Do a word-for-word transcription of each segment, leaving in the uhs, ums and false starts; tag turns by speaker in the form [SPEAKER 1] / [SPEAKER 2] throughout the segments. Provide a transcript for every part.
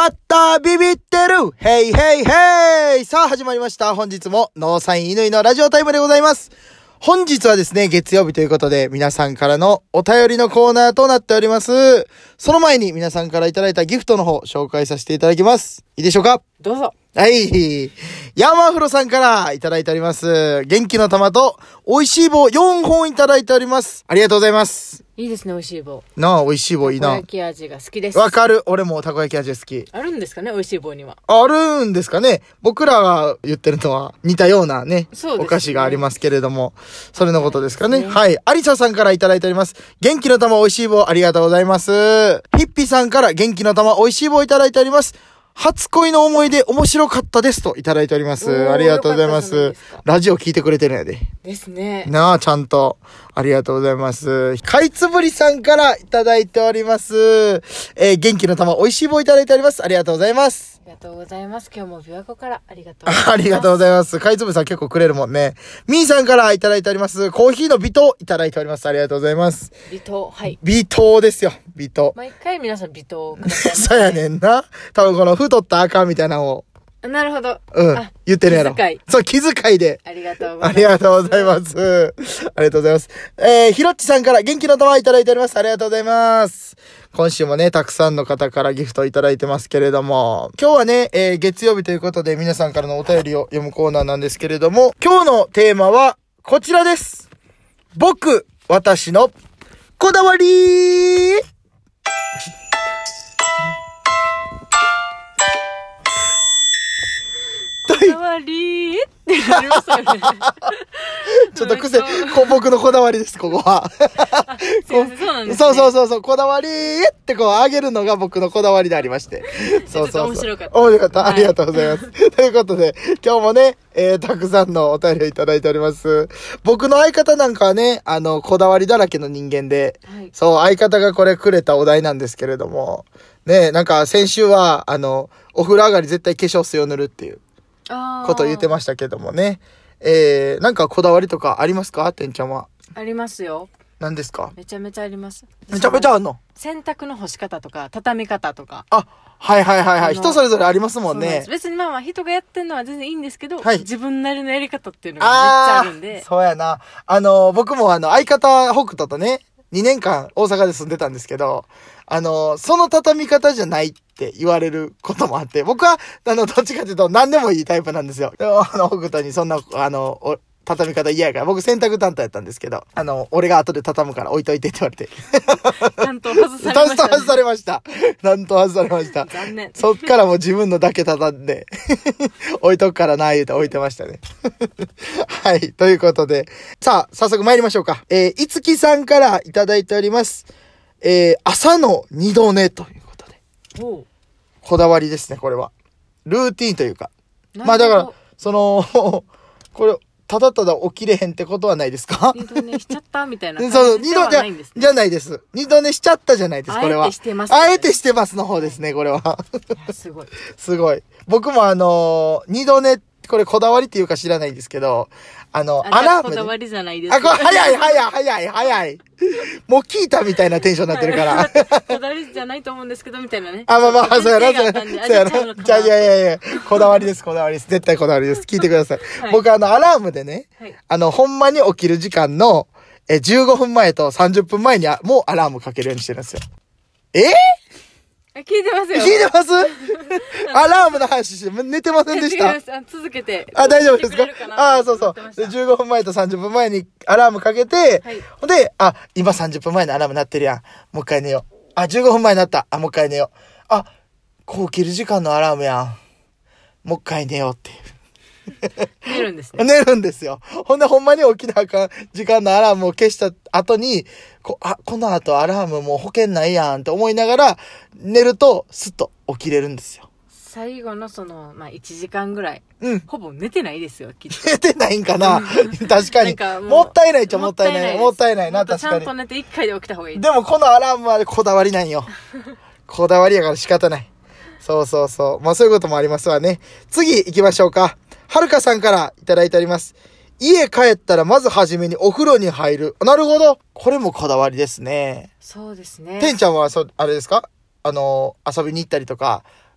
[SPEAKER 1] バッタービビってるヘイヘイヘイ。さあ始まりました。本日もノーサイン犬のラジオタイムでございます。本日はですね、月曜日ということで皆さんからのお便りのコーナーとなっております。その前に皆さんからいただいたギフトの方紹介させていただきます。いいでしょうか？
[SPEAKER 2] どうぞ。
[SPEAKER 1] はい。ヤマフロさんからいただいております。元気の玉と美味しい棒よんほんいただいております。ありがとうございます。
[SPEAKER 2] いいですね、美味しい棒。
[SPEAKER 1] なあ、美味しい棒いいな。
[SPEAKER 2] たこ焼き味が好きです。
[SPEAKER 1] わかる。俺もたこ焼き味好き。
[SPEAKER 2] あるんですかね、美味しい棒には。
[SPEAKER 1] あるんですかね。僕らが言ってるのは似たようなね、
[SPEAKER 2] そうですね、
[SPEAKER 1] お菓子がありますけれども、それのことですかね。
[SPEAKER 2] ね
[SPEAKER 1] はい。アリサさんからいただいております。元気の玉美味しい棒ありがとうございます。ヒッピさんから元気の玉美味しい棒いただいております。初恋の思い出面白かったですといただいております。ありがとうございます。ラジオ聞いてくれてるんやで。
[SPEAKER 2] ですね。
[SPEAKER 1] なあ、ちゃんと。ありがとうございます。かいつぶりさんからいただいております。えー、元気の玉美味しい棒いただいております。ありがとうございます。
[SPEAKER 2] ありがとうございます。今日も琵琶湖からありがとうございます。
[SPEAKER 1] ありがとうございます。かいつぶりさん結構くれるもんね。みーさんからいただいております。コーヒーの微糖いただいております。ありがとうございます。
[SPEAKER 2] 微糖、はい。
[SPEAKER 1] 微糖ですよ。微糖。
[SPEAKER 2] 毎回皆さん微糖をください、ね。
[SPEAKER 1] そうやねんな。多分この太った赤みたいなのを。
[SPEAKER 2] なるほど。
[SPEAKER 1] うん。言ってるやろ。
[SPEAKER 2] 気遣い。
[SPEAKER 1] そう、気遣いで。
[SPEAKER 2] ありがとうございます。
[SPEAKER 1] ありがとうございます。ありがとうございます。えー、ひろっちさんから元気の玉いただいております。ありがとうございます。今週もね、たくさんの方からギフトいただいてますけれども、今日はね、えー、月曜日ということで皆さんからのお便りを読むコーナーなんですけれども、今日のテーマはこちらです。僕、私のこだわり
[SPEAKER 2] こだわりーってなりましたよね。
[SPEAKER 1] ちょっと癖、こ僕のこだわりです、ここは。
[SPEAKER 2] すいません、そうなんですね。
[SPEAKER 1] そうそうそうそう、こだわりってこう上げるのが僕のこだわりでありまして。そうそうそう。
[SPEAKER 2] 面白かった。
[SPEAKER 1] 面白かった。ありがとうございます。はい、ということで、今日もね、えー、たくさんのお便りをいただいております。僕の相方なんかはね、あの、こだわりだらけの人間で、はい、そう、相方がこれくれたお題なんですけれども、ね、なんか先週は、あの、お風呂上がり絶対化粧水を塗るっていうことを言ってましたけどもね。えー、なんかこだわりとかありますか？てんちゃんは。
[SPEAKER 2] ありますよ。
[SPEAKER 1] 何ですか？
[SPEAKER 2] めちゃめちゃあります。
[SPEAKER 1] めちゃめちゃあんの？
[SPEAKER 2] 洗濯の干し方とか、畳み方とか。
[SPEAKER 1] あ、はいはいはいはい。人それぞれありますもんね。
[SPEAKER 2] 別にまあまあ人がやってんのは全然いいんですけど、
[SPEAKER 1] はい、
[SPEAKER 2] 自分なりのやり方っていうのがめっちゃあるんで。
[SPEAKER 1] そうやな。あの、僕もあの、相方北斗とね、にねんかん大阪で住んでたんですけど、あの、その畳み方じゃないって言われることもあって、僕は、あの、どっちかというと何でもいいタイプなんですよ。でも、あの、北斗にそんな、あの、お畳み方嫌やから、僕洗濯担当やったんですけど、あの、俺が後で畳むから置いといてって言われて。
[SPEAKER 2] 担当外されました、ね。
[SPEAKER 1] 担当外されました。担当外されました。
[SPEAKER 2] 残念。
[SPEAKER 1] そっからもう自分のだけ畳んで、置いとくからな、言うて置いてましたね。はい。ということで、さあ、早速参りましょうか。えー、いつきさんからいただいております。えー、朝の二度寝ということで。
[SPEAKER 2] お
[SPEAKER 1] こだわりですね、これは。ルーティーンというか。まあだから、その、これ、ただただ起きれへんってことはないですか？
[SPEAKER 2] 二度寝しちゃったみたいな感じ
[SPEAKER 1] ではないんですね。そう、二度じゃ、じゃないです。二度寝しちゃったじゃないです、これは。
[SPEAKER 2] あえてしてます、ね。
[SPEAKER 1] あえてしてますの方ですね、これは。
[SPEAKER 2] すごい。
[SPEAKER 1] すごい。僕もあのー、二度寝、これこだわりっていうか知らないんですけど、あの、アラーム、ね。
[SPEAKER 2] こだわりじゃないです
[SPEAKER 1] あ、これ早い早い早い早い。もう聞いたみたいなテンションになってるから。
[SPEAKER 2] こだわりじゃないと思うんですけど、みたいなね。
[SPEAKER 1] あ、まあまあ、そうやな、そうやな。そうやな。じゃあ、いやいやいや、こだわりです、こだわりです。絶対こだわりです。聞いてください。はい、僕あの、アラームでね、はい、あの、ほんまに起きる時間の、え、じゅうごふんまえとさんじゅっぷんまえにもうアラームかけるようにしてるんですよ。えー
[SPEAKER 2] 聞いてますよ。
[SPEAKER 1] 聞いてますアラームの話して、寝てませんでした
[SPEAKER 2] 続けて。
[SPEAKER 1] あ、大丈夫ですか？ああ、そうそう。で、じゅうごふんまえとさんじゅっぷんまえにアラームかけて、はい、ほんで、あ、今さんじゅっぷんまえのアラーム鳴ってるやん。もう一回寝よう。あ、じゅうごふんまえになった。あ、もう一回寝よう。あ、こう起きる時間のアラームやん。もう一回寝ようっていう。
[SPEAKER 2] 寝るんですね。
[SPEAKER 1] 寝るんですよ。ほんで、ほんまに起きなあかん時間のアラームを消した後に、こあ、この後アラームもう保険ないやんって思いながら、寝ると、スッと起きれるんですよ。
[SPEAKER 2] 最後のその、まあ、いちじかんぐらい。
[SPEAKER 1] うん。
[SPEAKER 2] ほぼ寝てないですよ、きっと。
[SPEAKER 1] 寝てないんかな確かに。かもったいないっちゃもったいない。もったいないな、確かに。
[SPEAKER 2] ちゃんと寝ていっかいで起きた方がいい。
[SPEAKER 1] でも、このアラームはこだわりなんよ。こだわりやから仕方ない。そうそうそう。まあ、そういうこともありますわね。次行きましょうか。はるかさんからいただいております。家帰ったらまずはじめにお風呂に入る。なるほど。これもこだわりですね。
[SPEAKER 2] そうですね。
[SPEAKER 1] てんちゃんはそ、あれですか？あの、遊びに行ったりとか、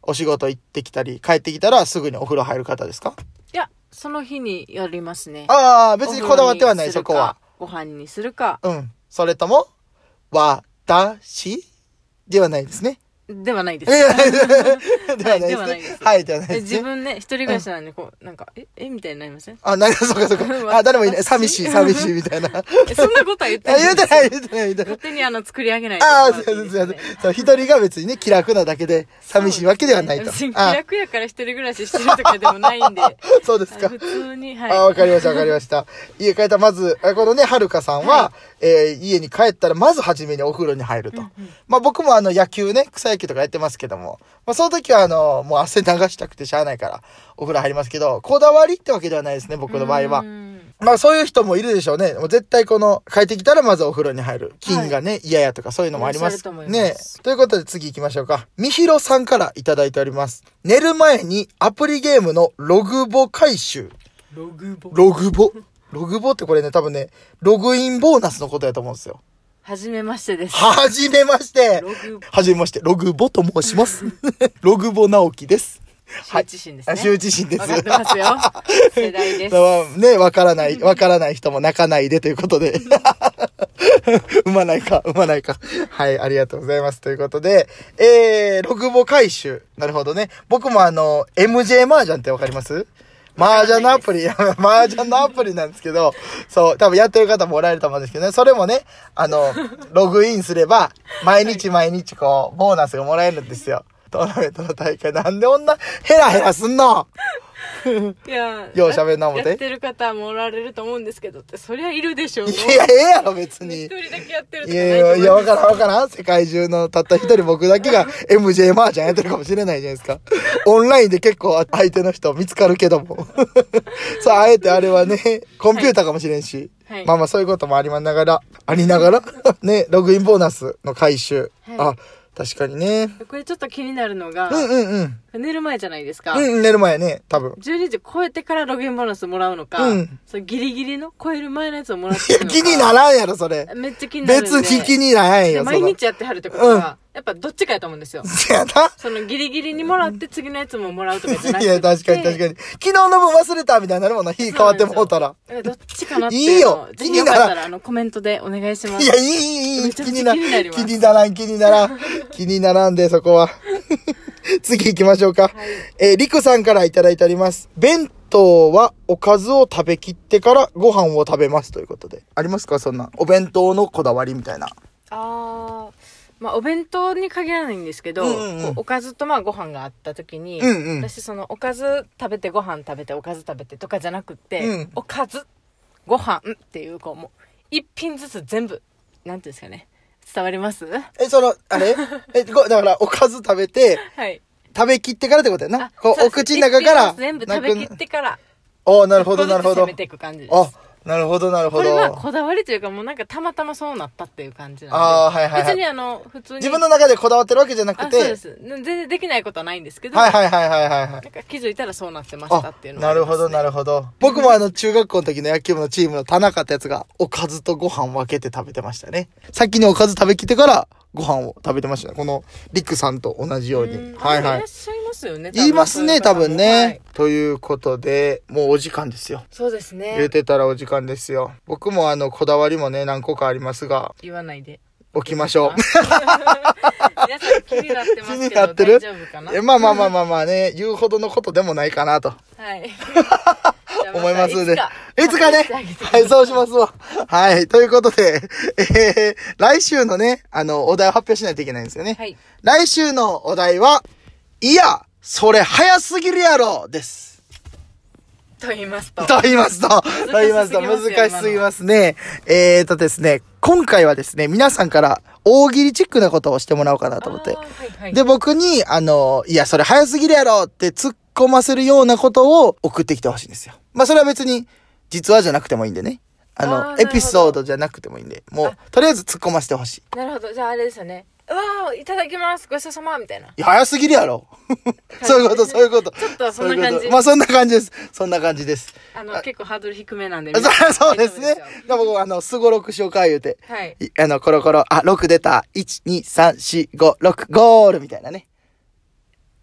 [SPEAKER 1] お仕事行ってきたり、帰ってきたらすぐにお風呂入る方ですか？
[SPEAKER 2] いや、その日にやりますね。
[SPEAKER 1] ああ、別にこだわってはない、そこは。
[SPEAKER 2] ご飯にするか。
[SPEAKER 1] うん。それとも、私ではないですね。
[SPEAKER 2] ではないです。
[SPEAKER 1] ではないですね。はい、ではないです。
[SPEAKER 2] 自分ね、一人暮らしなんで、こう、なんか、え、えみたいになりません？
[SPEAKER 1] あ、なに、そうかそうか。あ、誰もいない。寂しい、寂しい、みたいな。
[SPEAKER 2] そんなことは言ってない。
[SPEAKER 1] 言ってない、言ってない、言ってない。
[SPEAKER 2] 勝手にあの、作り上げない。
[SPEAKER 1] ああ、そうそうそう。そう、一人が別にね、気楽なだけで、寂しいわけではないと。
[SPEAKER 2] 気楽やから一人暮らししてるとかでもないんで。
[SPEAKER 1] そうですか。
[SPEAKER 2] 普通に、はい。
[SPEAKER 1] あ、わかりました、わかりました。家帰ったら、まず、このね、はるかさんは、え家に帰ったら、まず初めにお風呂に入ると。まあ僕もあの、野球ね、草野球とかやってますけども、まあその時はあの、もう汗流したくてしゃあないから、お風呂入りますけど、こだわりってわけではないですね、僕の場合は。まあそういう人もいるでしょうね。もう絶対この、帰ってきたらまずお風呂に入る。菌がね、嫌、はい、やとかそういうのもあります。ね。ということで次行きましょうか。みひろさんからいただいております。寝る前にアプリゲームのログボ回収。
[SPEAKER 2] ログボ
[SPEAKER 1] ログボログボってこれね、多分ね、ログインボーナスのことやと思うんですよ。
[SPEAKER 2] はじめましてです。
[SPEAKER 1] はじめまして。はじめまして。ログボと申します。ログボ直樹です。
[SPEAKER 2] 羞恥心ですね。
[SPEAKER 1] 羞恥心です。
[SPEAKER 2] わかってますよ。世代です。
[SPEAKER 1] ね、わからない、わからない人も泣かないでということで。産まないか、産まないか。はい、ありがとうございます。ということで、えー、ログボ回収。なるほどね。僕もあの、エムジェー 麻雀ってわかります？麻雀のアプリ、麻雀のアプリなんですけど、そう、多分やってる方もおられると思うんですけどね、それもね、あの、ログインすれば、毎日毎日こう、ボーナスがもらえるんですよ。トーナメントの大会。なんで女、ヘラヘラすんの？
[SPEAKER 2] いや、
[SPEAKER 1] よう喋んな思て。
[SPEAKER 2] やってる方もおられると思うんですけどって、そりゃいるでしょう。
[SPEAKER 1] いや、ええやろ、別に。
[SPEAKER 2] 一人だけやってるとかないと思います。
[SPEAKER 1] いやいや、いや、わからん、わからん。世界中のたった一人僕だけが エムジェー 麻雀やってるかもしれないじゃないですか。オンラインで結構相手の人見つかるけども。そう、あえてあれはね、コンピューターかもしれんし。はい、まあまあそういうこともありながら、ありながら、ね、ログインボーナスの回収。はい、あ、確かにね。
[SPEAKER 2] これちょっと気になるのが、
[SPEAKER 1] うんうんうん。
[SPEAKER 2] 寝る前じゃないですか。
[SPEAKER 1] うん、寝る前ね、多分。
[SPEAKER 2] じゅうにじ超えてからログインボーナスもらうのか、うん。それギリギリの超える前のやつをもらってるのか。
[SPEAKER 1] 気にならんやろ、それ。
[SPEAKER 2] めっちゃ気になるんで。
[SPEAKER 1] 別に気にならんよ、
[SPEAKER 2] 毎日やってはるってことは、うん、やっぱどっちかやと思うんですよ。
[SPEAKER 1] やだ
[SPEAKER 2] そのギリギリにもらって次のやつももらうとかじゃなくて。
[SPEAKER 1] いや、確かに確かに。昨日の分忘れたみたいになるもんな、日変わってもうたら。
[SPEAKER 2] どっちかなっていう。
[SPEAKER 1] いいよ。
[SPEAKER 2] ぜひよかったら、あの、コメントでお願いします。
[SPEAKER 1] いや、いい、いい、いい。
[SPEAKER 2] 気になる。
[SPEAKER 1] 気にならん、気にならん。気にならんで、そこは。次行きましょうか。はい、えー、りくさんからいただいております。弁当はおかずを食べきってからご飯を食べますということで。ありますかそんな。お弁当のこだわりみたいな。
[SPEAKER 2] あー。まあ、お弁当に限らないんですけど、うんうん、おかずとまあご飯があった時に、うんうん、私そのおかず食べてご飯食べておかず食べてとかじゃなくって、うん、おかず、ご飯っていうこうもう一品ずつ全部、なんていうんですかね。伝わります？
[SPEAKER 1] え、その、あれえ、だからおかず食べて、
[SPEAKER 2] はい。
[SPEAKER 1] 食べきってからってことやな。こう、お口の中から。
[SPEAKER 2] 全部食べきってから。
[SPEAKER 1] おー、なるほど、なるほど。
[SPEAKER 2] 攻めていく感じです。
[SPEAKER 1] あ、なるほど、なるほど。
[SPEAKER 2] これはこだわりというかもうなんかたまたまそうなったっていう感じなんで。
[SPEAKER 1] ああ、はいはい、はい。
[SPEAKER 2] 別にあの、普通に。
[SPEAKER 1] 自分の中でこだわってるわけじゃなくて。
[SPEAKER 2] そうです。全然できないことはないんですけど。
[SPEAKER 1] はいはいはいはいはい。なん
[SPEAKER 2] か気づいたらそうなってましたっていうの
[SPEAKER 1] は、ね。なるほど、なるほど。僕もあの、中学校の時の野球部のチームの田中ってやつが、おかずとご飯分けて食べてましたね。先におかず食べきってから、ご飯を食べてましたね。この、リクさんと同じように。うはいはい。
[SPEAKER 2] いらっしゃいますよね。
[SPEAKER 1] 言いますね、多分ね、はい。ということで、もうお時間ですよ。
[SPEAKER 2] そうですね。
[SPEAKER 1] 言うてたらお時間ですよ。僕もあの、こだわりもね、何個かありますが。
[SPEAKER 2] 言わないで。
[SPEAKER 1] 起きましょう。
[SPEAKER 2] 皆さん気になってますけど、気になってる？大丈夫かな？
[SPEAKER 1] まあまあまあまあまあね、言うほどのことでもないかなと。
[SPEAKER 2] はい。
[SPEAKER 1] 思いますので。いつかね。はい、そうしますわ。はい。ということで、えー、来週のね、あの、お題を発表しないといけないんですよね。はい。来週のお題は、いや、それ早すぎるやろです。
[SPEAKER 2] と言いますと。
[SPEAKER 1] と言いますと。と言いますと、難しすぎますね。えーとですね、今回はですね、皆さんから大喜利チックなことをしてもらおうかなと思って。はいはい、で、僕に、あの、いや、それ早すぎるやろって突っ込ませるようなことを送ってきてほしいんですよ。まあ、それは別に、実話じゃなくてもいいんでね。あの、あエピソードじゃなくてもいいんで、もう、とりあえず突っ込ませてほしい。
[SPEAKER 2] なるほど。じゃああれですよね。うわー、いただきます。ごちそうさまみたいな。い
[SPEAKER 1] や、早すぎるやろ。そういうこと、そういうこと。
[SPEAKER 2] ちょっとそんな感じ。
[SPEAKER 1] まあ、そんな感じです。そんな感じです。
[SPEAKER 2] あの、あ結構ハードル低めなんで。
[SPEAKER 1] そうですね。でも、あの、すごろくしようか言うて。はい。あの、コロコロ、あ、ろく出た。いち、に、さん、よん、ご、ろく、ゴールみたいなね。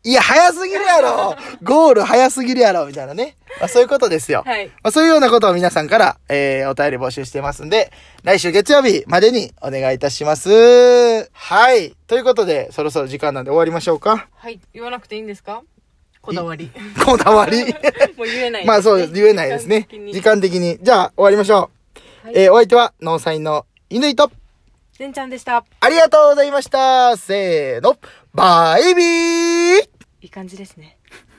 [SPEAKER 1] いや、早すぎるやろゴール早すぎるやろみたいなね。まあ、そういうことですよ。はい。まあ、そういうようなことを皆さんから、えー、お便り募集してますんで、来週月曜日までにお願いいたします。はい。ということで、そろそろ時間なんで終わりましょうか。
[SPEAKER 2] はい。言わなくていいんですか？こだわり。
[SPEAKER 1] こだわり
[SPEAKER 2] もう言えないですね。
[SPEAKER 1] まあそうです。言えないですね。時間的に。じゃあ、終わりましょう。はい、えー、お相手は、ノーサインの犬井と、
[SPEAKER 2] せんちゃんでした。
[SPEAKER 1] ありがとうございました。せーの。バイビー。
[SPEAKER 2] いい感じですね。